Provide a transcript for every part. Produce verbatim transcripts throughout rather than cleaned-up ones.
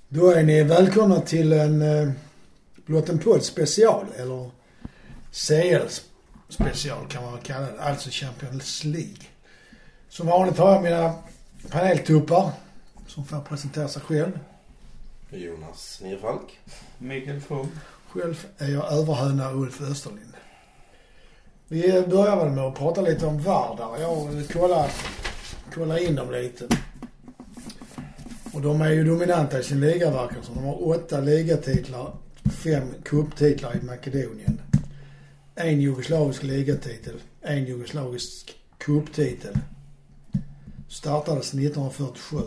Då är ni välkomna till en eh, blott en podd special, eller C L special kan man kalla det, alltså Champions League. Som vanligt har jag mina paneltuppar som får presentera sig själv. Jonas Nierfalk. Mikael From. Själv är jag överhöna Ulf Österlind. Vi börjar väl med att prata lite om Vardar. Jag kollar, kollar in dem lite. Och de är ju dominanta i sin ligaverkan. Så de har åtta ligatitlar, fem cuptitlar i Makedonien. En jugoslavisk ligatitel, en jugoslavisk cuptitel. Startades nittonhundrafyrtiosju.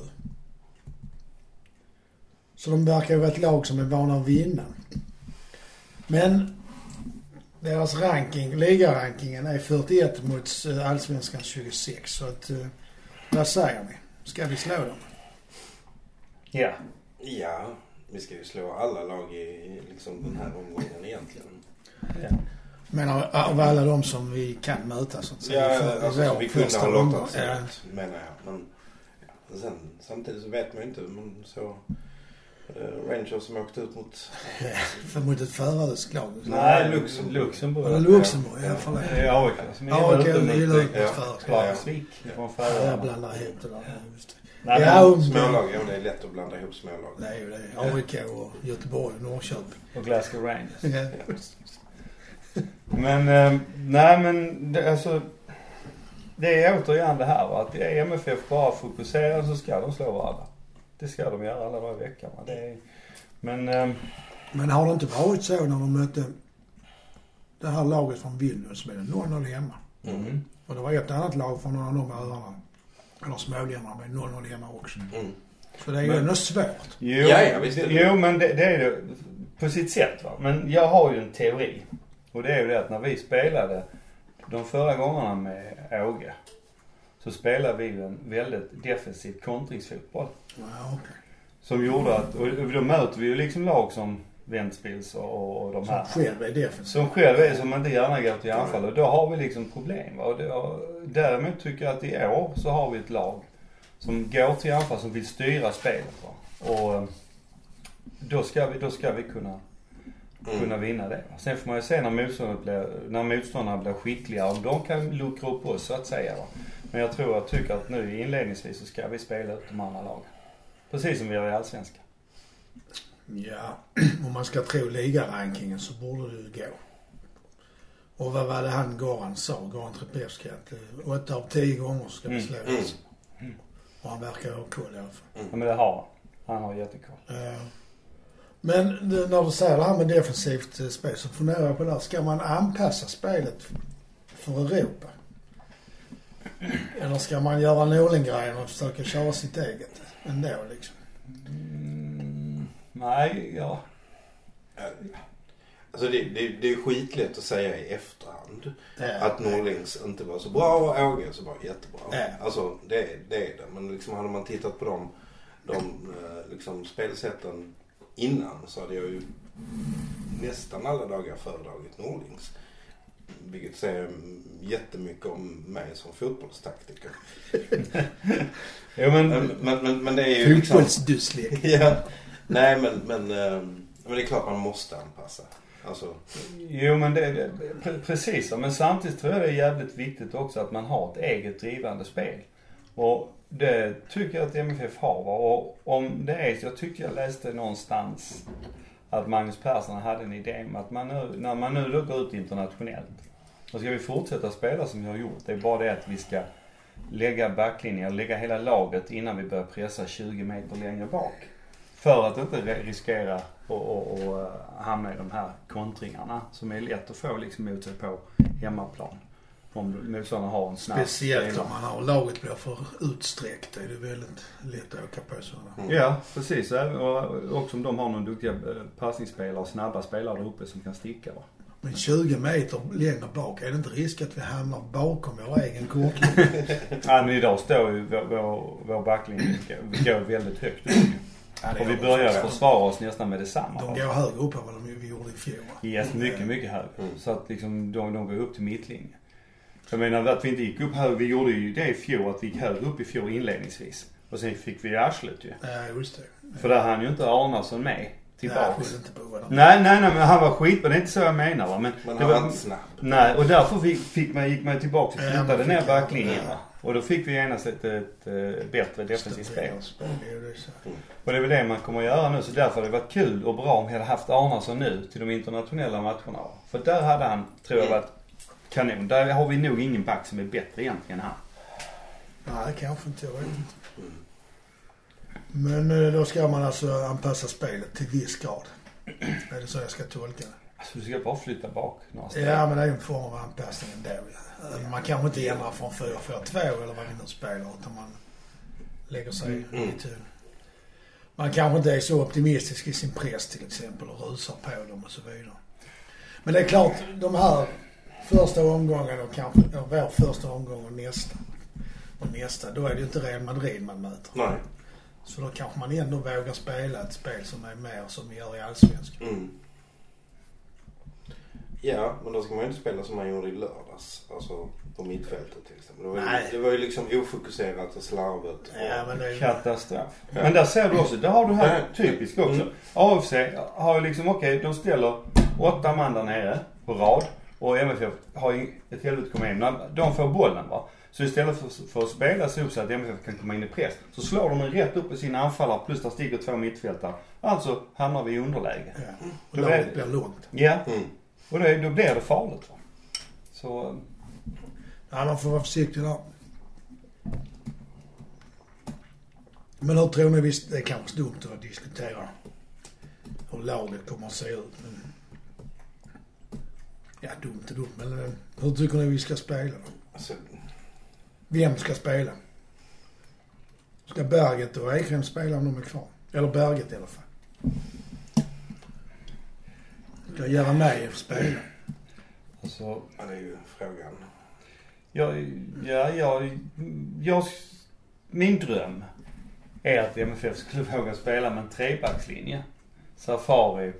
Så de verkar ju vara ett lag som är vana att vinna. Men deras ranking, ligarankingen är fyrtioett mot allsvenskans tjugosex. Så att, vad säger ni? Ska vi slå dem? Ja. Ja, vi ska ju slå alla lag i liksom den här omgången egentligen. Ja. Men av, av alla de som vi kan möta så att säga. Ja, för, alltså som vi kunde ha lottat ja. menar jag. Men ja, sen, samtidigt så vet man ju inte. Men så uh, Rangers som åkte ut mot... Ja, för mot ett förrädiskt lag. Nej, Luxemburg. Luxemburg. Eller Luxemburg, ja. Ja, det är A I K som A I K är ute gillar mot ut ja. mot förrädiskt. Klarsvik från Ja, jag Färöarna. blandar ihop det där. Just det. Nej, Ja, men- och- Smålag, ja det är lätt att blanda ihop smålag. Det är ju det. A I K och Göteborg och Norrköping. Och Glasgow Rangers. Ja. Men, eh, nej men det, alltså, det är återigen det här va, att det är M F F bara fokuserar så ska de slå varandra. Det ska de göra alla dagar i veckan va. Det är, men, eh, Men har det inte varit så när de mötte det här laget från Vilnius som är noll noll hemma? Mm. Och det var ett annat lag från några av de öarna, eller småländerna, med noll noll hemma också. Mm. Så det är ju Men- ändå svårt. jo, Ja, ja, visst är det. jo men det, det är det på sitt sätt va. Men jag har ju en teori. Och det är ju det att när vi spelade de förra gångerna med Åge så spelade vi ju en väldigt defensiv kontringsfotboll. Ja, okej. Som gjorde att, och då möter vi ju liksom lag som Ventspils och, och de Som här. själv är defensiv. Som själv är som inte gärna går till anfall och då har vi liksom problem va? Och, det, och däremot tycker jag att i år så har vi ett lag som går till anfall som vill styra spelet va? Och eh, då ska vi, då ska vi kunna Mm. kunna vinna det. Sen får man ju se när motståndarna blir, när motståndarna blir skickliga om de kan luckra upp oss så att säga va? Men jag tror jag tycker att nu inledningsvis så ska vi spela ut de andra lagen. Precis som vi gör i Allsvenskan. Ja, om man ska tro ligarankingen så borde det ju gå. Och vad var det han Goran sa, Goran Trepevski, att eh, åtta av tio gånger ska vi Mm. slå Mm. oss. Och han verkar ha koll i alla fall. Ja, men det har han. Han har jättekoll. Eh, Men det, när du säger det här med defensivt eh, spel så funderar jag på det här. Ska man anpassa spelet för Europa? Eller ska man göra Norling-grejen och försöka köra sitt eget ändå liksom? Mm, nej, ja. Alltså det, det, det är skitlätt att säga i efterhand Ja. att Norlings inte var så bra och Åge så var jättebra. Ja. Alltså det, det är det. Men liksom hade man tittat på dem, de eh, liksom spelsätten innan så hade jag ju nästan alla dagar föredragit Norlings. Vilket säger jättemycket om mig som fotbollstaktiker. Jo, men, Men, men, men, men det är ju liksom... Fotbollsdusslek. Ja. Nej men, men, eh, men det är klart man måste anpassa. Alltså... jo, men det, det pre- precis. Men samtidigt tror jag det är jävligt viktigt också att man har ett eget drivande spel. Och det tycker jag att M F F har. Va? Och om det är så, jag tycker jag läste någonstans att Magnus Persson hade en idé om att man nu, när man nu då går ut internationellt, då ska vi fortsätta spela som vi har gjort. Det är bara det att vi ska lägga backlinjen, lägga hela laget innan vi börjar pressa tjugo meter längre bak. För att inte riskera och, och, och hamna i de här kontringarna som är lätt att få liksom mot sig på hemmaplan. Om motståndarna har en snabb Speciellt spelare. om man har laget blir för utsträckt är det väldigt lätt att åka på sådana. Mm. Ja, precis. Och också om de har någon duktiga passningsspelare och snabba spelare där uppe som kan sticka va. Men tjugo meter längre bak, är det inte risk att vi hamnar bakom vår egen kortlinje? Ja, men idag står ju vår, vår, vår backlinje vi går väldigt högt upp. Ja, det Och vi gör börjar de. försvara oss nästan med detsamma. De går högre upp än vad de vi gjorde i fjol. va? Yes, mycket, mycket högre. Mm. Så att liksom de, de går upp till mittlinjen. Jag menar att vi inte gick upp högre, vi gjorde ju det i fjol, att vi gick högre upp i fjol inledningsvis. Och sen fick vi arslet ju. Ja, just det. För där hann ju inte Arnason med tillbaka. Nej, inte på nej, nej, nej, men han var skit, men det är inte så jag menar, va. Men, men det han var var inte snabb. Nej, och därför fick, fick man, gick man tillbaka och flyttade ja, ner backlinjen, va. Och då fick vi genast ett, ett, ett bättre defensivt spel. Mm. Och det är väl det man kommer att göra nu, så därför har det varit kul och bra om vi hade haft Arnason nu till de internationella matcherna. För där hade han, tror jag, varit kanon. Där har vi nog ingen back som är bättre egentligen än han. Nej, kanske inte, jag vet inte. Men då ska man alltså anpassa spelet till viss grad. Är det så jag ska tolka det? Alltså du ska bara flytta bak någonstans. Ja, men det är en form av anpassning ändå. Man kanske inte ändrar från fyra fyra två eller vad vi nu spelar, utan man lägger sig mm. i tur. Man kanske inte är så optimistisk i sin press till exempel och rusar på dem och så vidare. Men det är klart, de här första omgången och kanske ja, vår första omgång och nästa. Och nästa, då är det ju inte Real Madrid man möter. Nej. Så då kanske man ändå vågar spela ett spel som är mer som vi gör i Allsvenskan. Mm. Ja, men då ska man ju inte spela som man gjorde i lördags. Alltså på mittfältet till exempel. Det var, ju, det var ju liksom ofokuserat och slarvet. Och ja, men det är... Katastrof. Ja. Men där ser du också, där har du här typiskt också. Mm. A F C har ju liksom, okej, okay, de ställer åtta man där nere på rad. Och M F F har ju ett helvete komma in. De får bollen, va. Så istället för, för att spela så, så att M F F kan komma in i press, så slår de rätt upp i sina anfallare plus där stiger två mittfältare. Alltså hamnar vi i underläge. Ja. Och då blir det långt. Ja. Mm. Och då, då blir det farligt, va. Så... Ja, man får vara försiktig där. Men hur tror ni, visst, det är kanske dumt att diskutera hur laget kommer att se ut. Men... Ja, dumt är dumt. Men hur tycker ni vi ska spela då? Alltså... Vem ska spela? Ska Berget och Ekrem spela om de är kvar? Eller Berget i alla fall. Ska göra mig spela? Alltså, ja, det är ju frågan. Ja, ja, ja, jag, min dröm är att M F F skulle våga spela med en trebackslinje. Safari,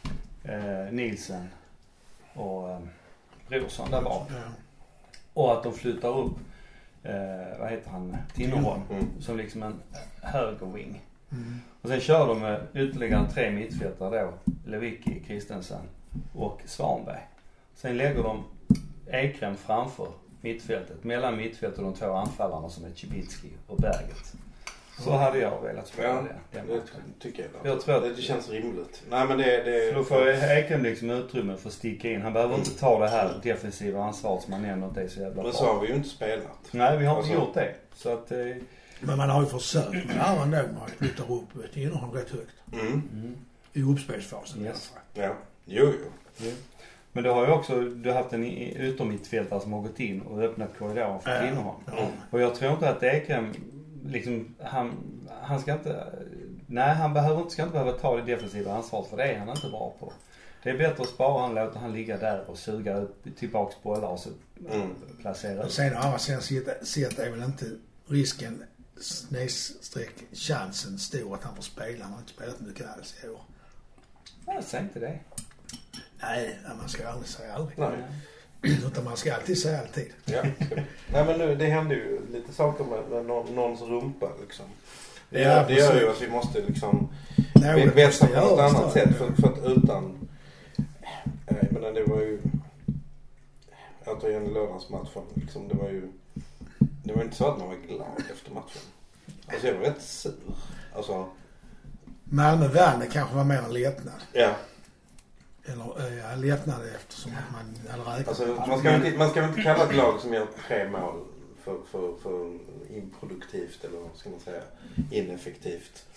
eh, Nielsen och eh, Brorsson där bak. Ja. Och att de flyttar upp Eh, vad heter han? Tinnerholm. Mm. Som liksom en högerwing. Mm. Och sen kör de med ytterligare tre mittfältare då. Lewicki, Kristensen och Svanberg. Sen lägger de Ekrem framför mittfältet. Mellan mittfältet och de två anfallarna som är Cibicki och Berget. Så mm. hade jag velat spela ja, det. Det tycker jag. Då. Jag tror att det, det känns rimligt. Nej, men det, det... Då får Ekrem liksom utrymme för att sticka in. Han behöver mm. inte ta det här defensiva ansvaret som man ändå inte är så jävla bra. Men så har vi ju inte spelat. Nej, vi har alltså... inte gjort det. Så att, eh... Men man har ju försökt med det här ändå. Man flyttar upp ett innehåll rätt högt. Mm. Mm. I uppspelsfasen. Yes. Ja, jo, jo. jo. Men du har ju också du har haft en utommittfältare som har gått in och öppnat korridoren för äh, Tinnerholm. Ja. Och jag tror inte att Ekrem liksom, han, han ska inte, nej han behöver, ska inte behöva ta det defensiva ansvaret, för det är han inte bra på. Det är bättre att spara han, låter han ligga där och suga tillbaks bollar och så mm. placera. Och sen har sen sett är väl inte risken snedstreck chansen stor att han får spela. Han har inte spelat mycket alls i år. Jag säger inte det. Nej, man ska aldrig säga aldrig. Nej. Utan man ska alltid säga alltid. Ja. Nej, men nu, det händer ju lite saker med, med någon, någons rumpa liksom. Det, ja, gör, det gör ju att vi måste liksom Nej, veta på något annat sätt. För, för att utan... Nej, men det var ju... Återigen i lördagsmatchen. Liksom, det var ju... Det var inte så att man var glad efter matchen. Alltså jag var rätt sur. Alltså... Malmö vann kanske var mer en lättnad. Ja. Eller ja, lättnad eftersom att man... Eller alltså, man, ska inte, man ska inte kalla ett lag som gör tre mål för, för, för improduktivt eller vad ska man säga, ineffektivt.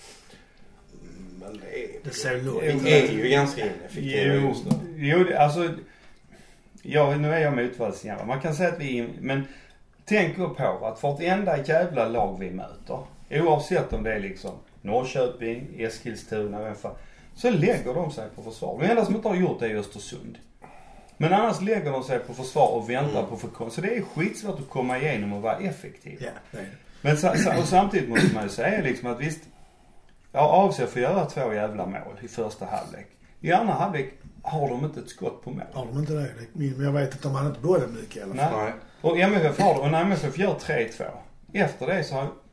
Men det är, det ser lågt. Det är ju ganska ineffektivt. Jo, jo alltså... Ja, nu är jag motvalsjävla. Man kan säga att vi... Men tänk på att för ett enda jävla lag vi möter, oavsett om det är liksom Norrköping, Eskilstuna, vem fan, så lägger de sig på försvar. Det enda som inte har gjort det är Östersund. Men annars lägger de sig på försvar och väntar mm. på för så det är skitsvårt att komma igenom och vara effektiv. Ja, det är det. Men och samtidigt måste man ju säga liksom att visst, jag avser för att göra två jävla mål i första halvlek. I andra halvlek har de inte ett skott på mål. Har de inte det? Men jag vet att de hade inte bollen mycket i alla fall. Nej. Och M F F har det, och när M F F gör tre två. Efter det så har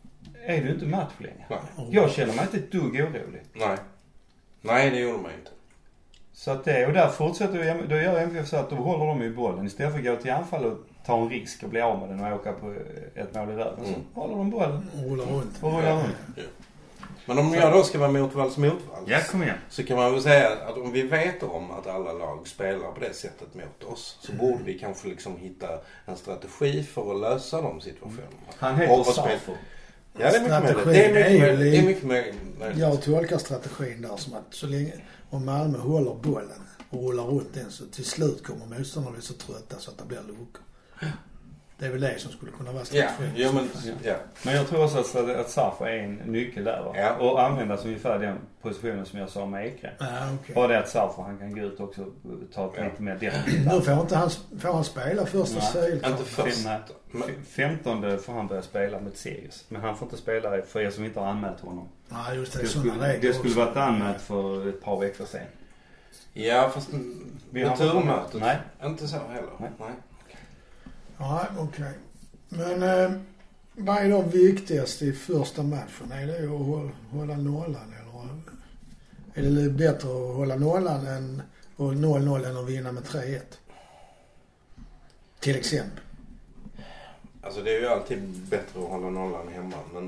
är du inte match längre. Nej. Jag känner mig inte ett dugg orolig. Nej. Nej, det gjorde man inte. Så att det, och där fortsätter vi, då gör M F F så att då håller de i bollen. Istället för att gå till anfall och ta en risk och bli av med den och åka på ett mål i röven. Mm. Så håller de bollen. Och rullar runt. Och rullar runt. Ja. Men om jag då ska vara motvalls motvalls. Ja, kom igen. Så kan man väl säga att om vi vet om att alla lag spelar på det sättet mot oss. Så borde vi kanske liksom hitta en strategi för att lösa de situationerna. Han heter Safo. Ja, det är mycket möjligt. Det är mycket möjligt. Det är mycket möjligt. Jag tolkar strategin där som att så länge om Malmö håller bollen och rullar runt den så till slut kommer motståndarna bli så trötta så att det blir luckor. Det är väl det som skulle kunna vara strategin. Ja, ja, men, ja. men jag tror också att, att Safo är en nyckel där va? Ja. Och användas ungefär den positionen som jag sa med Ekre. Ja, okay. Bara det att Safo han kan gå ut också och ta ett ja. lite mer definitivt. Nu får inte han, får han spela första serien. Inte först. femtonde får han börja spela mot Sirius. Men han får inte spela för er som inte har anmält honom. Ja, just det. Det skulle, det skulle varit anmält för ett par veckor sedan. Ja, fast turmötet. Nej. Inte så heller. Nej. Nej. Ja, okej. Okay. Men eh, vad är då viktigast i första matchen? Är det att hålla, hålla nollan eller är det bättre att hålla nollan än och noll noll än att vinna med tre ett? Till exempel. Alltså det är ju alltid bättre att hålla nollan hemma, men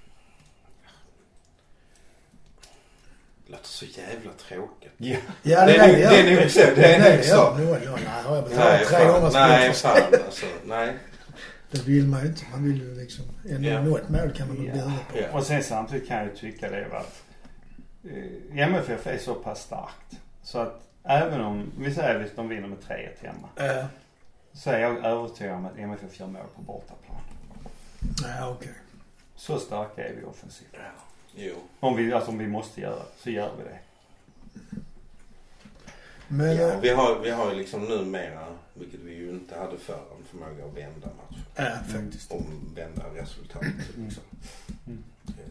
det låter så jävla tråkigt. Ja, ja det, det, är det, det är nog så. Det är nog så. noll noll. Nej, har jag betalat trehundra spänn. Nej, fan alltså. Nej. Det vill man ju inte. Man vill ju liksom ändå yeah. något mål kan man väl bjuda på. Yeah. Och sen samtidigt kan jag ju tycka det var att eh, M F F är så pass starkt så att även om vi säger att de vinner med tre ett hemma uh. så är jag övertygad om att M F F gör mål på bortaplan. Ja, okej. Okay. Så starka är vi offensivt. Ja. Jo. Om vi, alltså om vi måste göra så gör vi det. Men, ja, vi har vi har ju liksom numera, vilket vi ju inte hade förr, en förmåga att vända matchen. Ja, faktiskt. Och vända resultatet liksom. Mm. Mm.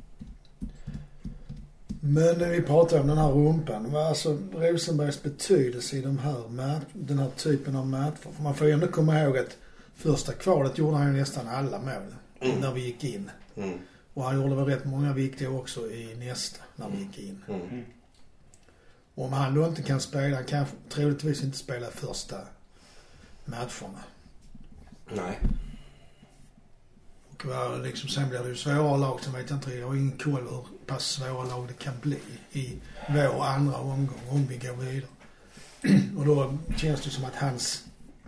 Men när vi pratar om den här rumpan, vad är alltså Rosenbergs betydelse i de här mat, den här typen av matcher? För man får ju ändå komma ihåg att första kvalet gjorde han ju nästan alla mål mm. när vi gick in. Mm. Och han gjorde väl rätt många viktiga också i nästa när vi gick in. Mm. Och om han då inte kan spela, han kan troligtvis inte spela första matcherna. Nej. Och var, liksom, sen blir det ju svåra lag, så vet jag inte, jag har ingen koll hur pass svåra lag det kan bli i vår andra omgång om vi går vidare. Och då känns det som att hans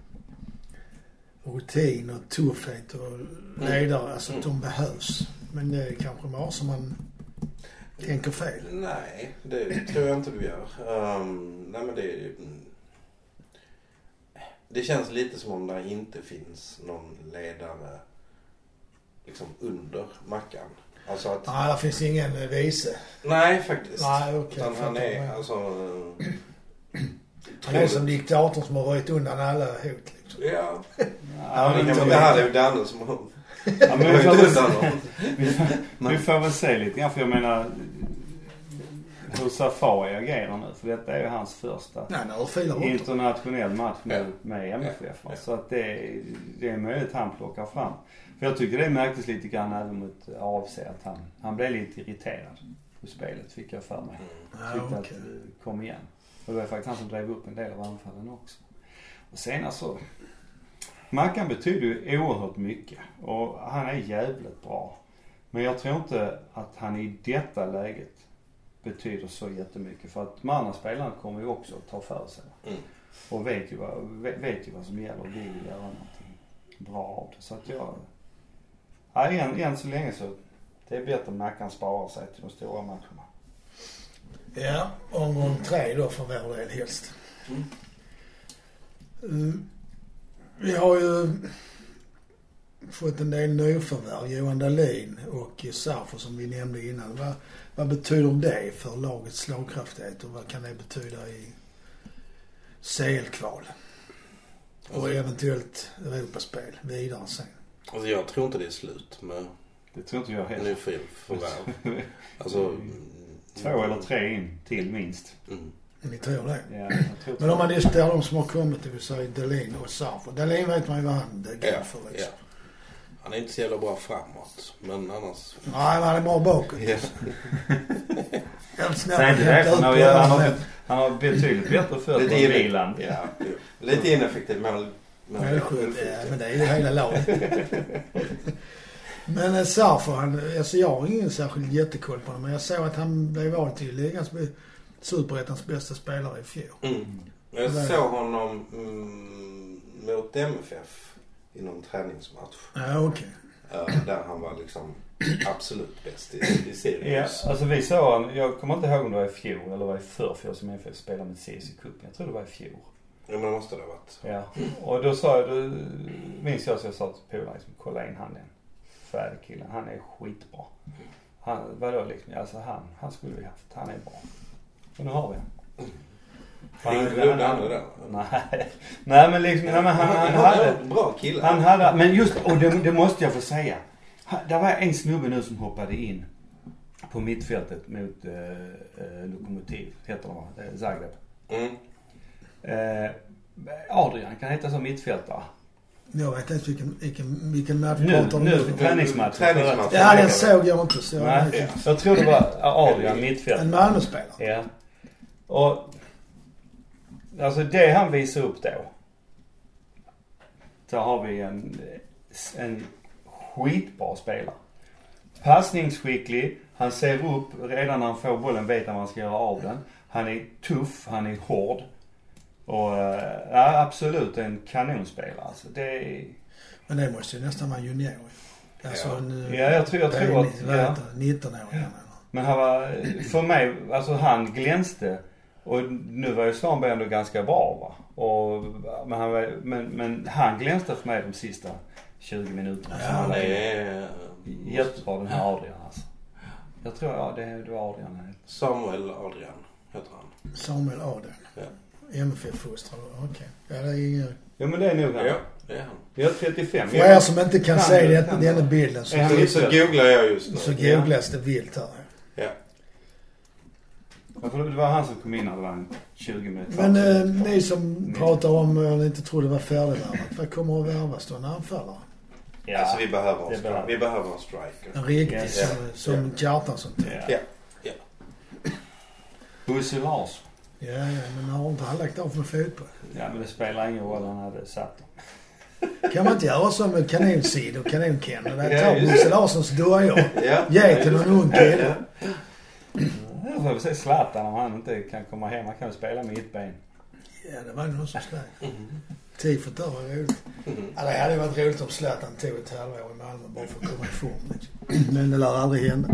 rutin och tuffhet och ledare, mm. alltså de behövs. Men det är kanske mer som man tänker fel. Nej, det tror jag inte du gör. Um, nej men det det känns lite som om det inte finns någon ledare liksom under Mackan. Alltså att... Nej, det finns ingen vice. Nej, faktiskt. Nej, okej. Utan han är alltså... Han är som diktatorn som har varit undan alla hot liksom. Ja. Ja, det kan man hade ju Danne som har... Ja, men vi, får väl, vi, får, vi får väl se lite grann, för jag menar hur Safari agerar nu, för detta är ju hans första nej, internationell match med, med M F F, ja, ja. Så att det, det är möjligt han plockar fram. För jag tycker det märktes lite grann även mot A F C att han, han blev lite irriterad på spelet, fick jag för mig. Mm. Tyckte ja, okay. att kom igen. Och det var faktiskt han som drev upp en del av anfallen också. Och sen alltså Mackan betyder ju oerhört mycket och han är jävligt bra. Men jag tror inte att han i detta läget betyder så jättemycket, för att de andra spelarna kommer ju också att ta för sig. Mm. Och vet ju, vad, vet ju vad som gäller och vill göra någonting bra av det. Så att jag... Ja, än, än så länge så det är bättre att Mackan sparar sig till de stora matcherna. Ja, omgång tre då för vår del helst. Mm. Mm. Vi har ju fått en del nyförvärv, Johan Dahlin och Safo som vi nämnde innan. Vad, vad betyder det för lagets slagkraftighet och vad kan det betyda i C L-kval? Och alltså, eventuellt Europaspel vidare sen. Alltså jag tror inte det är slut med det tror inte jag heller. Nyförvärv. Alltså två eller tre in till minst. Mm. Ni tror det? Ja, tror men om man diskuterar de som har kommit, det vill säga Dahlin och Safo. Dahlin vet man ju vad han det går ja, för liksom. Han är inte så jävla bra framåt, men annars... Nej, han är bra bakåt. Ja. Säg inte det, han har, han, har, han har betydligt bättre för lite än Milan. Ja, lite ineffektivt, men... Men, men, ja, men det är ju hela laget. Men Sarfo, han, alltså jag har ingen särskilt jättekoll på honom, men jag såg att han blev vald till ligans Superettans bästa spelare i fjol. Mm. Jag såg honom mm, mot M F F i någon träningsmatch. Ja, okej. Okay. Uh, där han var liksom absolut bäst i, i Sirius. Ja, alltså vi såg, jag kommer inte ihåg om det var i fjol eller var i förfjol som M F F spelade med C S I-cupen. Jag tror det var i fjol. Ja, men det måste det ha varit. Ja, och då sa jag, då minns jag att jag sa till polaren liksom, kolla in han den färdig killen, han är skitbra. Han, vadå liksom, alltså han, han skulle vi haft, han är bra. Och nu har vi han. Ringde du den andra där? Nej, nej men liksom, nej, men han, han hade, bra kille. Han hade, men just, och det, det måste jag få säga. Det var en snubbe nu som hoppade in på mittfältet mot eh, Lokomotiv, heter det, eh, Zagreb. Mm. Eh, Adrian kan heta som mittfältare. Jag vet inte vilken, vilken, vilken match nu, pratar om nu. nu. Träningsmatch. Träningsmatch. Ja, den såg jag inte. Så jag, Nej, jag tror det var Adrian mittfältare. En Malmö-spelare. Ja. Och alltså det han visar upp då. Så har vi en, en skitbra spelare. Passningsskicklig. Han ser upp redan när han får bollen, vet han vad han ska göra av den. Han är tuff, han är hård. Och ja, absolut en kanonspelare. Alltså, det är... Men det måste ju nästan vara junior. Alltså ja. En, ja, jag tror, jag tror att... Ja. nitton år. Ja. Men han var, för mig, alltså han glänste. Och nu var ju Svanberg ändå ganska bra, va. Och, men, han var, men, men han glänste för mig de sista tjugo minuterna. Ja, han är... Jättebra den här Adrian, alltså. Jag tror, ja, det, det var Adrian här. Samuel Adrian heter han. Samuel Adrian. Ja. M F F-fostrad, okej. Okay. Ja, det är ingen... Ja, men det är nog han. Ja, det är han. Jag är trettiofem. För er som inte kan, kan se det, kan denna bilden så, så, så googlar jag just nu. Så googlas det vilt här. Ja. Ja, för det var han som kom in när det var en tjugo minuter. Men eh, ni som mm. pratar om eller inte tror det var färdigvärvat, vad kommer att värvas då? En anfallare? Ja, alltså vi behöver en, behöver. Vi behöver en striker. En riktig yes. som, som yeah. Kjartansson. Ja, ja. Bosse Larsson. Ja, ja, men har inte han lagt av med fotboll? Ja, men det spelar ingen roll, han hade satt dem. Kan man inte göra som med kanonsid och kanonken? Och där tar Bosse Larssons dörjor. Ja. Ge till någon ung kille. Jag får väl se Zlatan om han inte kan komma hem. Han kan väl spela med ett ben. Ja, det var ju någon som släg. Mm. Tifot där var roligt. Mm. Alltså, det hade varit roligt om Zlatan tog ett halvår i Malmö bara för att komma i form. Liksom. Men det lär aldrig hända.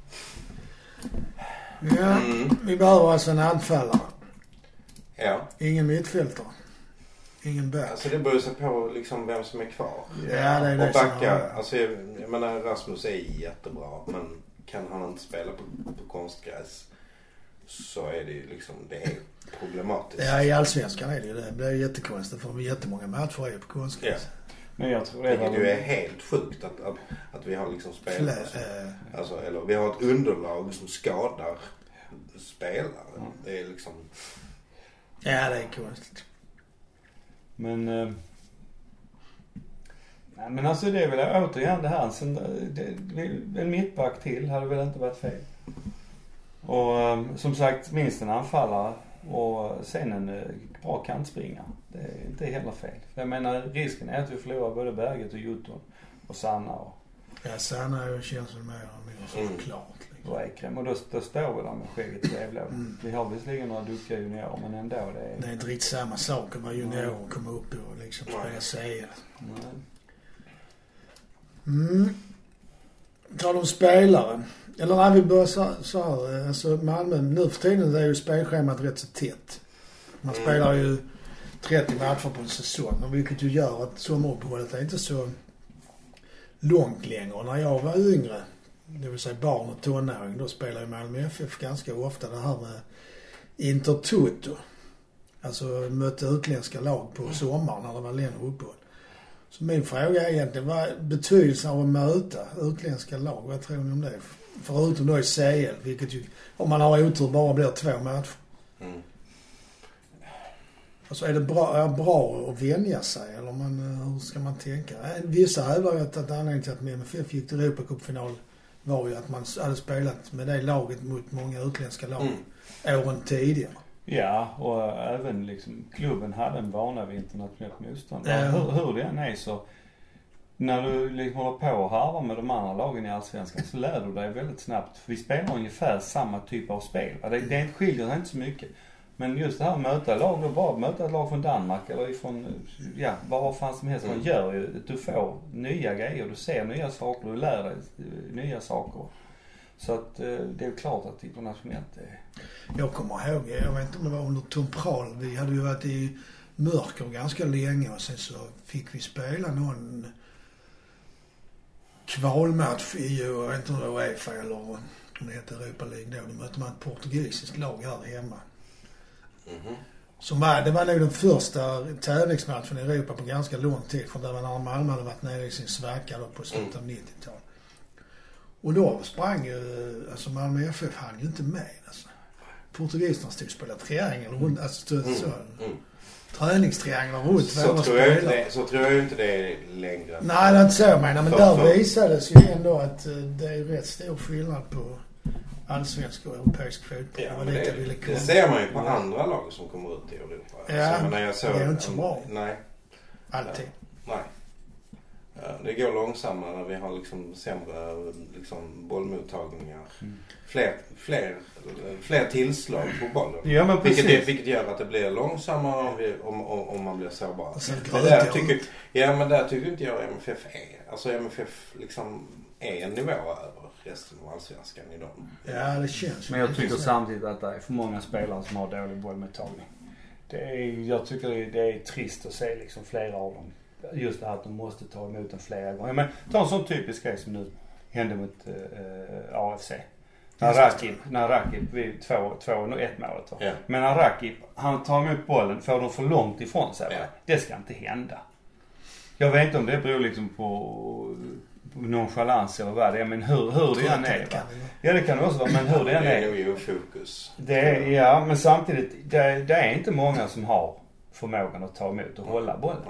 Ja, mm. Vi behöver alltså en anfallare. Ja. Ingen mittfältare. Ingen back. Alltså det beror sig på liksom vem som är kvar. Ja, det är det. Och backa, alltså jag, jag menar Rasmus är jättebra, men kan han inte spela på, på konstgräs så är det ju liksom, det är problematiskt. Ja, i Allsvenskan är det ju det. Det blir jättekonstigt för jättemånga matcher är på konstgräs. Ja. Men jag tror det Vilket ju är helt sjukt att, att, att vi har liksom spelat Flä, äh... alltså, eller vi har ett underlag som skadar spelare. Mm. Det är liksom... Ja, det är konstigt. Men eh, nej, men alltså det är väl återigen det här sen, det, en mittback till hade väl inte varit fel. Och eh, som sagt minst en anfallare och sen en eh, bra kantspringare. Det är inte heller fel. För jag menar risken är att vi förlorar både Berget och Jutton och Sanna och... Ja, Sanna är ju känns som mer och mer mm. klart. Och Ekrem. Och då, då står vi där med skägget i brevlådan. Mm. Vi har visserligen några duktiga juniorer, men ändå det är... Det är inte riktigt samma sak att vara junior och komma upp och liksom spela C L. Mm. Tar de spelare. Eller när vi börjar så, så här, alltså Malmö, nu för tiden är ju spelschemat rätt så tätt. Man mm. spelar ju trettio matcher på en säsong, och vilket ju gör att sommaruppehållet är inte så långt längre. När jag var yngre, det vill säga barn och tonåring, då spelade Malmö F F ganska ofta det här med Intertoto. Alltså mötte utländska lag på sommaren när det var längre uppehåll. Så min fråga är egentligen, vad betydelsen av att möta utländska lag? Vad tror ni om det? Förutom då i C L, vilket ju, om man har otur, bara blir två matcher. Mm. Alltså är det bra, är det bra att vänja sig eller man, hur ska man tänka? Vissa hävdar ju att, att anledningen till att M F F gick till Europacupfinal var ju att man hade spelat med det laget mot många utländska lag mm. åren tidigare. Ja, och även liksom klubben hade en vana vid internationellt motstånd. Ja. Hur, hur det än är så, när du liksom håller på och harvar med de andra lagen i Allsvenskan så lär du dig väldigt snabbt. För vi spelar ungefär samma typ av spel. Det, det skiljer inte så mycket. Men just det här att möta lag, då bara möta ett lag från Danmark eller ifrån, ja, vad fan som helst. Man gör ju att du får nya grejer, du ser nya saker, du lär dig nya saker. Så att det är klart att internationellt är... Jag kommer ihåg, jag vet inte om det var under Tom Prahl, vi hade ju varit i mörker ganska länge och sen så fick vi spela någon kvalmatch i, jag vet inte om det var UEFA eller om det hette Europa League då. Då mötte man ett portugisiskt lag här hemma. Mm-hmm. Som var, det var nog den första tävlingsmatchen i Europa på ganska lång tid. För det var när Malmö hade varit nere i sin svacka då på slutet av nittiotalet. Och då sprang ju, alltså Malmö F F hann ju inte med alltså. Portugiserna stod och spelade triangel runt, alltså stod mm. så. Mm. Träningstrianglar runt så tror, jag inte, så tror jag inte det är längre. Nej, det är inte så jag menar. Men för, där för. visades ju ändå att det är rätt stor skillnad på allsvensk och europeisk fotboll. Ja, det, det, det ser man ju på andra lag som kommer ut i Europa. Ja, så, när jag såg, det är inte så bra. Nej. Alltid. Ja, nej. Ja, det går långsammare när vi har liksom sämre liksom, bollmottagningar. Mm. Fler, fler, fler tillslag på bollen. Ja, men precis. Vilket, vilket gör att det blir långsammare om, vi, om, om, om man blir sårbar. Men där tycker, ja, men där tycker inte jag M F F är. Alltså M F F liksom är en nivå över resten av allsvenskan i dem. Ja, det känns. Men jag tycker samtidigt att det är för många spelare som har dålig bollmottagning. Det är, jag tycker det är trist att se liksom flera av dem. Just det här att de måste ta emot den flera gånger. Men ta en sån typisk grej som nu hände mot äh, A F C. När Rakip, när Rakip vid två, två, nu ett målet. Ja. Men när Rakip, han tar emot bollen, får de för långt ifrån sig. Ja. Det ska inte hända. Jag vet inte om det beror liksom på nonchalans eller vad det är, men hur, hur det än är. Va? Ja, det kan det också vara, men hur det än är. Det är ju fokus. Det är, ja, men samtidigt, det, det är inte många som har förmågan att ta emot och hålla bollen.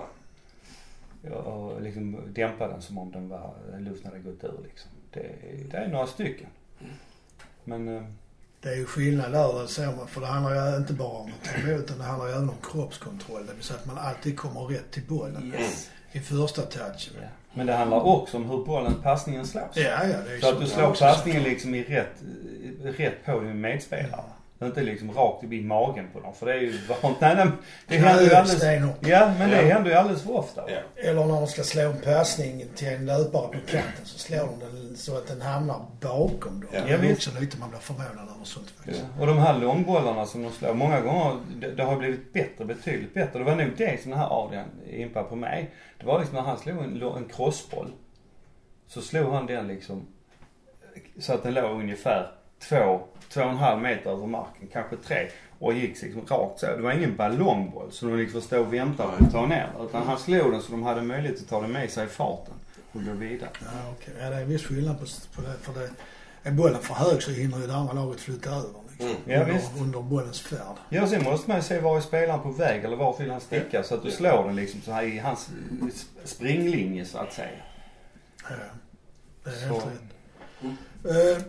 Och liksom dämpa den som om den var, luften hade gått ur liksom. Det, det är några stycken. Men... Det är ju skillnad där, så man, för det handlar ju inte bara om att ta emot, utan det handlar ju även om kroppskontroll. Det vill säga att man alltid kommer rätt till bollen yes. i första touchen. Ja. Men det handlar också om hur bollen, passningen slås. Ja, ja, det är så, så att du slår passningen liksom i rätt, rätt på din medspelare. Ja. Inte liksom rakt i magen på dem. För det är ju vant. Nej, nej, det ja, händer ju alldeles... Ja, men det ja. händer ju alldeles för ofta. Ja. Eller när de ska slå en passning till en löpare på kanten så slår de den så att den hamnar bakom dem. Ja. Det är också lite man blir förvånad över sånt faktiskt. Ja. Och de här långbollarna som de slår, många gånger, det, det har blivit bättre, betydligt bättre. Det var nog det som den här Adrian impar på mig. Det var liksom när han slog en, en crossboll. Så slog han den liksom så att den låg ungefär två, två och en halv meter över marken, kanske tre, och gick liksom rakt så. Det var ingen ballongboll så de liksom stod och väntade och ta ner, utan han slog den så de hade möjlighet att ta den med sig i farten och gå vidare. Ja, okej. Okay. Ja, det är en viss skillnad på, på det, för det är bollen för hög så hinner ju det andra laget flytta över liksom, mm. ja, under, visst. under bollens färd. Ja, sen måste man ju se var är spelaren på väg eller var vill han sticka så att du slår den liksom så här i hans springlinje så att säga. Ja, det är helt rätt. Mm. Uh,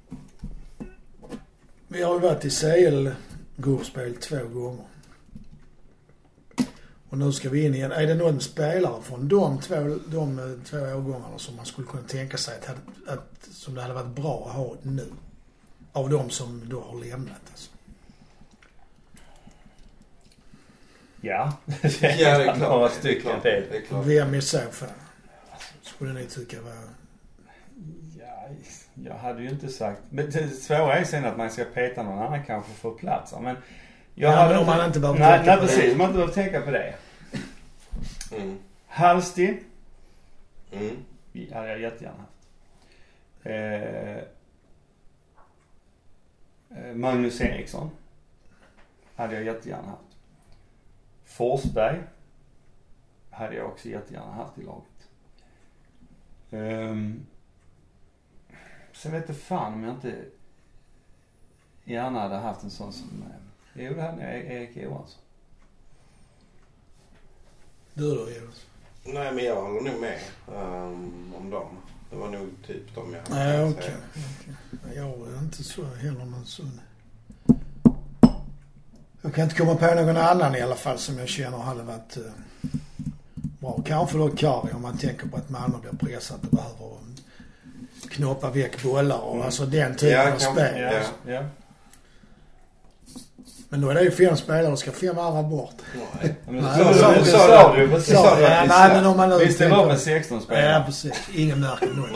Vi har ju varit i C L-gruppspel två gånger. Och nu ska vi in igen. Är det någon spelare från de två, de två årgångarna som man skulle kunna tänka sig att, att som det hade varit bra att ha nu? Av de som då har lämnat alltså. Ja, det är, ja, det är klart. Några stycken det är klart. Det är klart. Vem i så fall skulle ni tycka var... Ja, jag hade ju inte sagt... Men det svåra är sen att man ska peta någon annan kanske för plats. Men jag ja, hade men om inte, man inte behöver nej, tänka nej, på precis, det. man inte behöver tänka på det. Mm. Halsti. Mm. Ja, hade jag jättegärna haft. Eh, Magnus Eriksson. Hade jag jättegärna haft. Forsberg. Hade jag också jättegärna haft i laget. Um, sen vet jag fan om jag inte gärna hade haft en sån som... Jo, det hade jag, Erik Johansson. Du då, Jonas? Nej, men jag håller nog med um, om dem. Det var nog typ de jag hade. Nej, okej. Okay. Jag är inte så heller någon sån. Jag kan inte komma på någon annan i alla fall som jag känner hade varit uh, bra. Kanske då Kari om man tänker på att Malmö blir pressat och behöver knoppa väck bollar och mm. alltså den typen ja, av spel. Ja, ja. Men då är det ju fem spelare och ska fem andra bort. Nej. Men så sa du, så sa du precis. Ja, nej, men om man nu vi ställer upp med sexton spelare. Ja, precis. Ingen märker noll.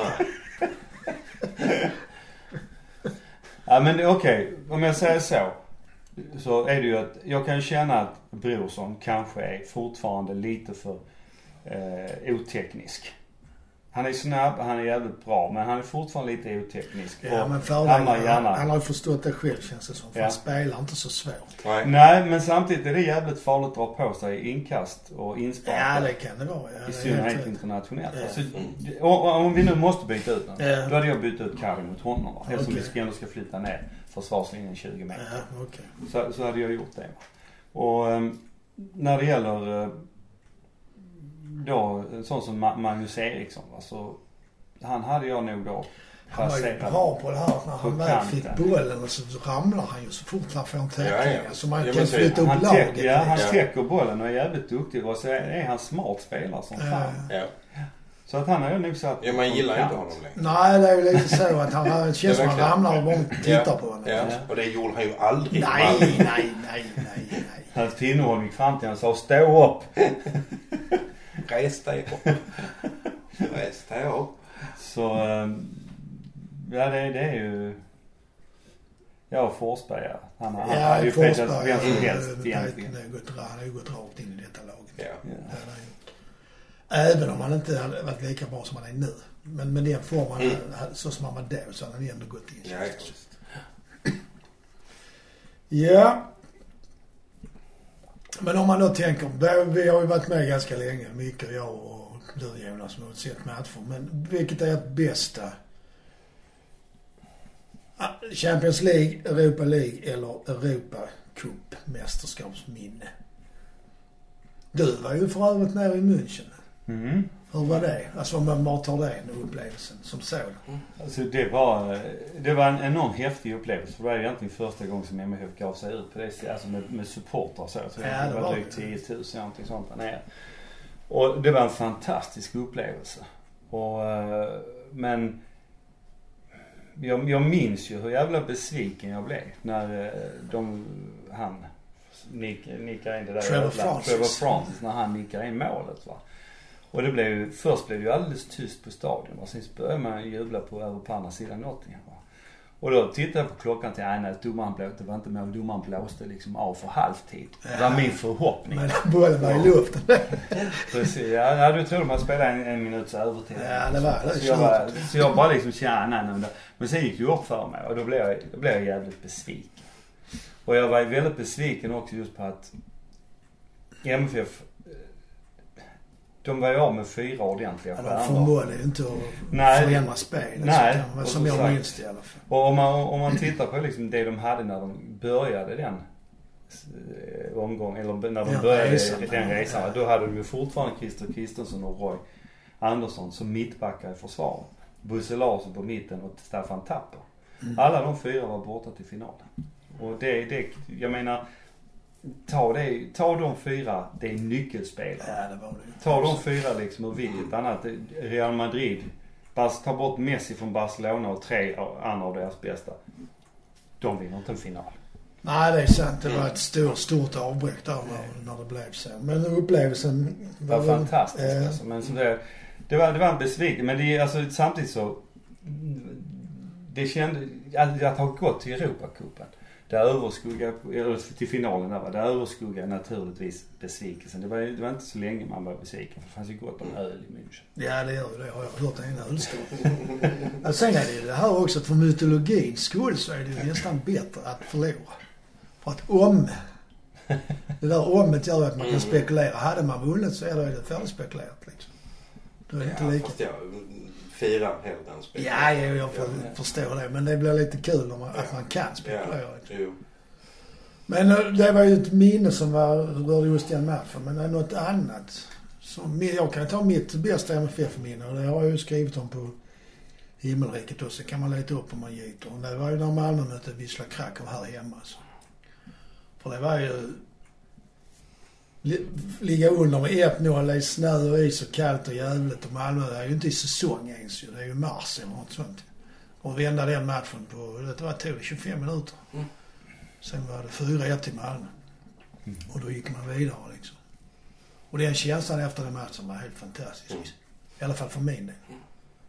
Ja, men okej. Okay. Om jag säger så. Så är det ju att jag kan känna att Brorsson kanske är fortfarande lite för eh, oteknisk. Han är snabb, han är jävligt bra, men han är fortfarande lite oteknisk. Ja, men fördelen, han, han har ju förstått det själv, känns det som. För ja. Han spelar inte så svårt. Nej. Nej, men samtidigt är det jävligt farligt att dra på sig inkast och insparkar. Ja, det kan det vara. Ja, I synnerhet internationellt. Ja. Alltså, om, om vi nu måste byta ut den, ja. då hade jag bytt ut Kari mot honom. Va? Eftersom Okay. vi ska ändå ska flytta ner försvarslinjen tjugo meter. Ja, okay. så, så hade jag gjort det. Och um, när det gäller uh, då en sån som Ma- Magnus Eriksson, va, så han hade jag nog då han var ju bra på det här när han väl fick bollen och så ramlar han ju så fort han får en täckning. Ja, ja. Så man ja, kan flytta upp han laget. Täck, ja, han ja. täcker bollen och är jävligt duktig och så är han smart spelare som ja. fan. Ja. Så att han har ju nog satt... Ja, man gillar inte honom längre. Nej, det är ju lite så att han känns som han ramlar och bara tittar ja. på honom. Ja. Ja. Och det gjorde han ju aldrig. Nej, nej, nej, nej, nej. Hans Tinnerholm gick fram till honom och sa stå upp. Res dig upp. Res dig upp. Så, ja det, det är ju... Jag och Forsberg, ja. Han har ja, ju Forsberg, petat vem som helst ja, egentligen. Han har ju gått rakt in i detta laget. Ja. Ja. Även om han inte hade varit lika bra som han är nu. Men med den formen, mm. så som han var då, så hade han ändå gått in. Ja, just. Ja. Men om man då tänker, vi har ju varit med ganska länge, mycket jag och du Jonas som har sett matcher. Men vilket är ert bästa? Champions League, Europa League eller Europa Cup mästerskapsminne? Du var ju för övrigt nere i München. Mm. Hur var det? Alltså om man bara tar det en upplevelsen som så. Alltså det var, det var en enormt häftig upplevelse. För det var egentligen första gången som M F F gav sig ut på det sättet. Alltså med, med supportrar så. Så ja, det, det var drygt tio tusen någonting sånt där nere. Och det var en fantastisk upplevelse. Och, men jag, jag minns ju hur jävla besviken jag blev när de, han nick, nickar in det där. Trevor Francis. Trevor Francis när han nickar in målet, va. Och det blev ju, först blev det ju alldeles tyst på stadion. Och sen började man jubla på över på andra sidan Nottingham. Och då tittade jag på klockan till nej, domaren blåste, det var inte mål, domaren blåste liksom av för halvtid. Det var min förhoppning. Men bollen var i luften. Precis, ja, ja du tror man spelade en, en minuts övertid. Ja, det var det. Så jag, var, så jag bara liksom kände, nej, nej, men sen gick det ju upp för mig och då blev jag, då blev jag jävligt besviken. Och jag var väldigt besviken också just på att M F F, de var ju av med fyra ordentliga stjärnor. Ja, de förmådde ju inte att förändra spelet. Nej. Som, som jag minns det i alla fall. Och om man, om man tittar på liksom det de hade när de började den omgång, eller när de ja, började resan, den resan. Ja. Då hade de ju fortfarande Christer Kristensson och Roy Andersson som mittbackar i försvar. Bosse Larsson på mitten och Staffan Tapper. Mm. Alla de fyra var borta till finalen. Och det, det jag menar... Ta, det, ta de fyra, det är nyckelspelare. Ja, det var det. Ta de fyra liksom och vilket annat. Real Madrid, Bas, ta bort Messi från Barcelona och tre andra av deras bästa. De vinner inte en final. Nej, det är sant. Det var ett stort, stort avbräck där när, när det blev så. Men upplevelsen var, var fantastisk. Äh, alltså. Men så det, det, var, det var en besvikelse. Men det, alltså, samtidigt så det kände att jag har gått till Europacupen. Det överskuggar, eller till finalen där var det överskuggar naturligtvis besvikelsen. Det var, det var inte så länge man var besviken. För det fanns ju gott om öl i München. Ja, det gör det. Jag har hört en ölstånd. Alltså, sen är det ju det här också att för mytologins skull så är det ju nästan bättre att förlora. För att om det där ommet gör att man kan spekulera. Hade man vunnit så är det ju färdigspekulerat liksom. Då är det inte lika. Fast jag firar hellre än spekulera. Ja, jag, jag får, ja. förstår det. Men det blir lite kul om man, ja. att man kan spekulera. Ja. Jo. Men det var ju ett minne som var rörde just den matchen. Men det är något annat som, jag kan ta mitt bästa M F F-minne och det har jag ju skrivit om på Himmelriket och så kan man leta upp om man gitar. Och det var ju när Malmö mötte Wisla Krakow här hemma. Så. För det var ju ligga under med ett noll i snö och is och kallt och jävligt och Malmö är ju inte i säsong ens ju. Det är ju mars eller något sånt. Och vända den matchen på, det var tog det tjugofem minuter. Mm. Sen var det fyra ett i Malmö. Mm. Och då gick man vidare liksom. Och den känslan efter den matchen var helt fantastisk. Mm. I alla fall för min del. Mm.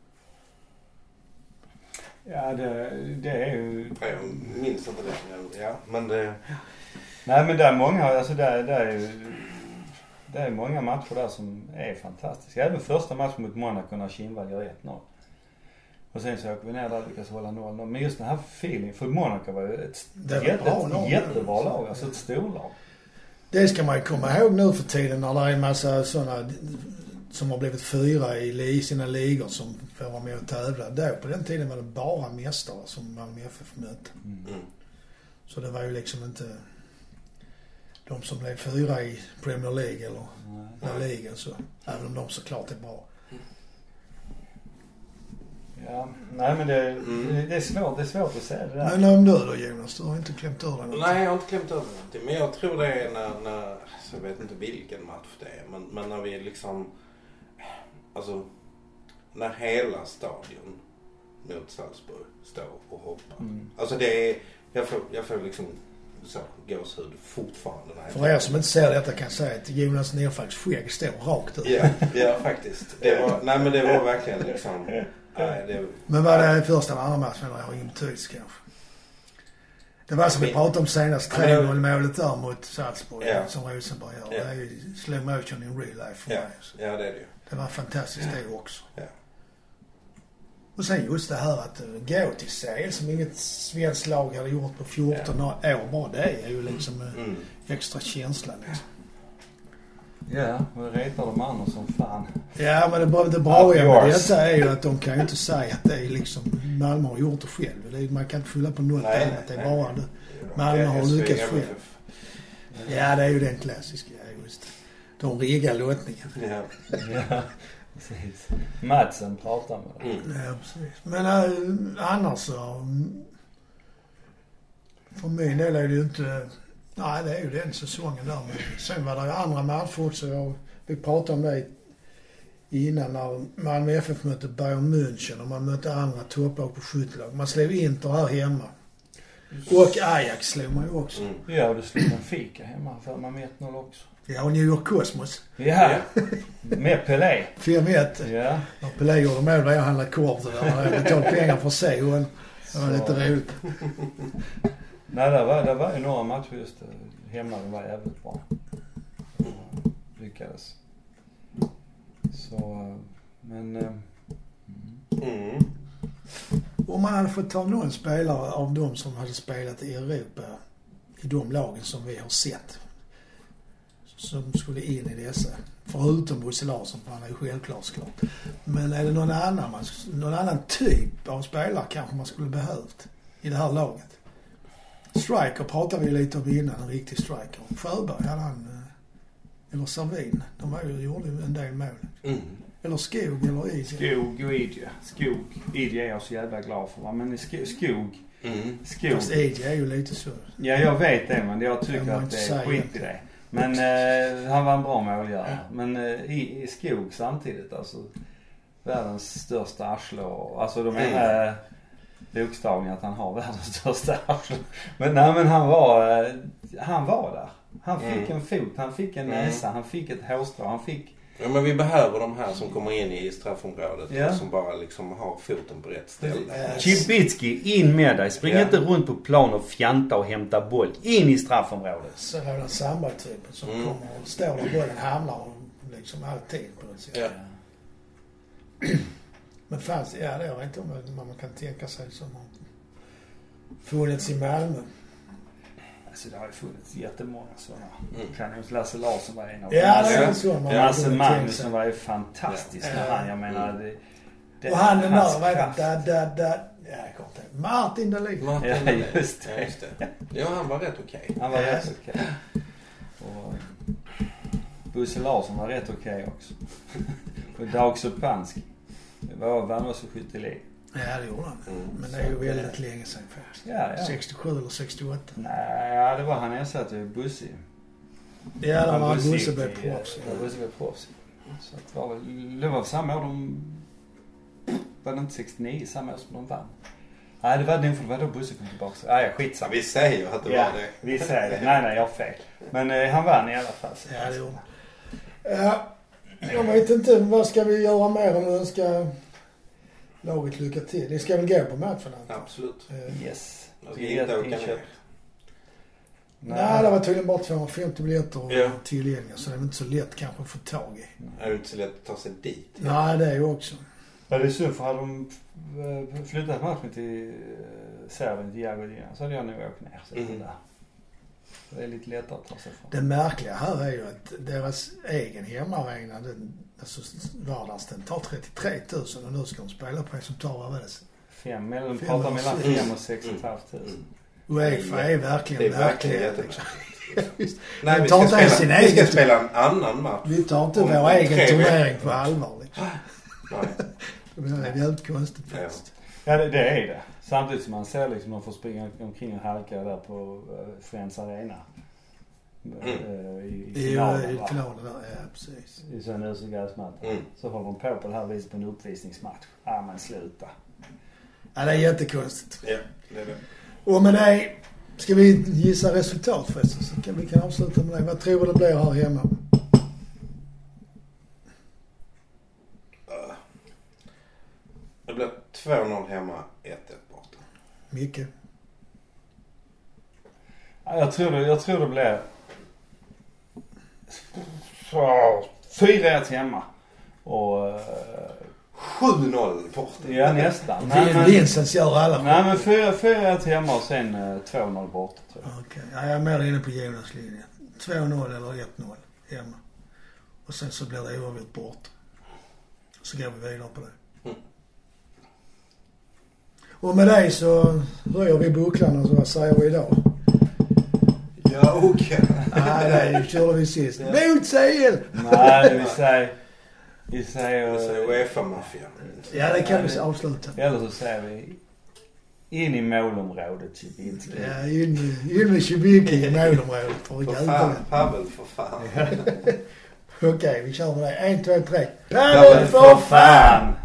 Ja, det, det är ju... Jag minns inte det. Ja, men det... Nej, men det är många, alltså det är, det är ju... Det är många matcher där som är fantastiska. Även första matchen mot Monaco när Kindvall gör ett noll. Och sen så åker vi ner där och lyckas hålla noll noll. Men just den här feeling, för Monaco var ju ett, ett, jätte, ett jättebra lag, alltså ett storlag. Det ska man ju komma ihåg nu för tiden när det är en massa sådana som har blivit fyra i sina ligor som får vara med och tävla. Då på den tiden var det bara mästare som Malmö F F mötte. Mm. Så det var ju liksom inte de som blev fyra i Premier League eller La Liga, så även om de såklart är bra. Ja, nej men det, mm. det är svårt, det är svårt att säga det där. Men om du då Jonas, du har inte klämt ur den. Nej, jag har inte klämt ur den. Men jag tror det är när, när så jag vet inte vilken match det är, men, men när vi liksom, alltså när hela stadion mot Salzburg står och hoppar. Mm. Alltså det är, jag får, jag får liksom så gåshud fortfarande. För er som inte ser detta kan jag säga att Jonas Nerfalks skägg står rakt ut. Ja, ja faktiskt. Det var, nej men det var verkligen liksom... Nej, det... Men var det första eller andra matchen? Jag har ingen betydelse kanske. Det var som vi pratade om senast, tre noll målet där mot Salzburg, ja. Som Rosenberg gör. Ja. Det är ju slow motion in real life för ja. mig. Ja, det är det ju. Det var fantastiskt det också. Ja. Och sen just det här att gå till C L som inget svenskt lag hade gjort på fjorton ja. år bara, det är ju liksom mm. extra känsla liksom. Ja, och det retar de andra som fan. Ja, men det bra, det bra med detta är ju att de kan ju inte säga att det är liksom Malmö har gjort det själv. Det är, man kan inte fylla på något nej, annat. Det är bara det. Malmö har lyckats själv. Ja, det är ju den klassiska. Ja, just. De riggar låtningen. Ja. Ja, precis. Madsen pratar med det. Mm. Ja, precis. Men äh, annars så... För min del är det ju inte... Nej, det är ju den säsongen där. Men sen var det ju andra matcher så jag, vi pratade om det innan när Malmö F F mötte Bayern München och man mötte andra topplag på skyttelag. Man slog Inter här hemma. Och Ajax slog man ju också. Mm. Ja, och det slog man Fika hemma för man med ett noll också. Ja, och New York Cosmos. Ja, med Pelé. fem ett. Ja. När Pelé gjorde mål där jag handlade korv där. Jag betalade pengar för sig och det var så lite roligt. Nej, det var, det var ju några matcher just hemma. Det var jävligt bra. Lyckades. Så, men... Mm. Om man hade fått ta någon spelare av dem som hade spelat i Europa i de lagen som vi har sett som skulle in i dessa, förutom Bosse Larsson, för han är ju självklart klart. Men är det någon annan, man, någon annan typ av spelare kanske man skulle behövt i det här laget? Striker pratade vi lite om innan, en riktig striker. Sjöberg hade han, eller Servin, de var ju, gjorde en del mål. Mm. Eller Skog eller Idje. Skog och Idje. Skog. Idje är jag så jävla glad för, va? Men Skog... Skog. Mm. Skog. Fast Idje är ju lite så. Ja, jag vet det, men jag tycker jag att det är skit i det. Men eh, han var en bra målgörare. Men eh, i, i Skog samtidigt, alltså världens största arsle. Alltså de är eh, bokstavligen att han har världens största arsle. Men nej, men han var eh, han var där. Han fick mm. en fot, han fick en näsa, mm. han fick ett hårstrå, han fick... Ja, men vi behöver de här som kommer in i straffområdet ja. Och som bara liksom har foten på rätt ställe. Cibicki, in med dig. Spring ja. Inte runt på plan och fjanta och hämta boll. In i straffområdet. Så är det den Samba-typen som mm. kommer och står där bollen hamnar och liksom alltid på ett sätt. Ja. Men fanns ja, det är inte om man kan tänka sig som har funnits i Malmö. Alltså det har ju funnits jättemånga sådana. Mm. Kan ju Lasse Larsson var en av ja, det är så. Lasse Magnusson var ju fantastisk ja. När han, jag menar mm. det, det och han den där, vad är det? Där, där, där. Ja, jag kommer inte. Martin Dahlin. Martin ja, Dahlin. Just det. Ja, just det. Ja, han var rätt okej. Okay. Han var ja. rätt okej. Okay. Och, Bosse Larsson var rätt okej okay också. Och Dag Supanski. Det var vann också skyttelig. Ja, det gjorde han. Mm. Men det är ju väldigt länge sedan faktiskt. Ja, ja. sextiosju eller sextioåtta. Nej, ja, det var han ersatte Bosse. Ja, det var Bosse blev proffs. Ja, Bosse blev proffs. Så det var väl, det var samma år de, var det inte sextionio, samma år som de vann? Nej, det var det för det var då Bosse kom tillbaka. Nej, ja, skitsamma. Vi säger ju att det ja, var det. vi säger det. Nej, nej, jag har fel. Men eh, han vann i alla fall. Så. Ja, det gjorde han. Ja, jag vet inte, vad ska vi göra mer om vi önskar laget lycka till? Det ska väl gå på matchen? Absolut. Uh, yes. Jag ska inte åka ner. Nej, Nej, det var tydligen bara tvåhundrafemtio biljetter ja. tillgängliga, så det är inte så lätt kanske att få tag i. Det är inte så lätt att ta sig dit. Nej, det är ju också. Ja, det är så, för hade de flyttat matchen till Serbien, till Jagodina, så hade jag nog åkt ner. Så mm. där. Det är lite lättare att ta sig fram. Det märkliga här är ju att deras egen hemmaarena, alltså vardagsden, tar trettiotre tusen och nu ska de spela på en som tar vad är det? Fem, mellan, de pratar mellan fem och sex och ett halvt tusen. UEFA är verkligen det är verkligen verkligen. Nej, vi ska, spela, sin vi ska spela en annan match. Vi tar inte vår egen turnering på allvar. Liksom. Nej. Det är jävligt konstigt faktiskt. Ja, det, det är det. Samtidigt som man ser liksom de får springa omkring och halka där på uh, Friends Arena. Mm. Uh, I, i finalen. I, i finalen där, ja precis. I sån usigräsmatch. Mm. Så håller de på på det här viset på en uppvisningsmatch. Ja, men sluta. Ja, det är jättekonstigt. Ja, det är det. Och med det ska vi gissa resultat förresten, så kan vi kan avsluta med det. Vad tror du det blir här hemma? Det blir två noll hemma, ett ett borta. Mycket. Ja, jag tror det, jag tror det blir fyra ett hemma. Och uh, sju noll borta. Ja, nästan. Vincent gör alla. Nej, men fyra ett hemma och sen uh, två noll borta, tror jag. Okej, okay. Ja, jag är mer inne på Jonas linje. två noll eller ett noll hemma. Och sen så blir det oavgjort bort. Så går vi vidare på det. Mm. Och med det så rör vi bucklarna, så vad säger vi idag? Ja, okej. Okay. Nej, det körde vi sist. Ja. Motsägel! Nej, vi säger... Vi säger... Vi säger UEFA-maffian. Ja, det kan vi avsluta. Eller så säger vi... In i målområdet, Tjibinski. Ja, in, in med Tjibinski i målområdet. För, för fan, Pavel, för fan. Okej, okay, vi kör med det. En, två, tre. Pavel, för fan!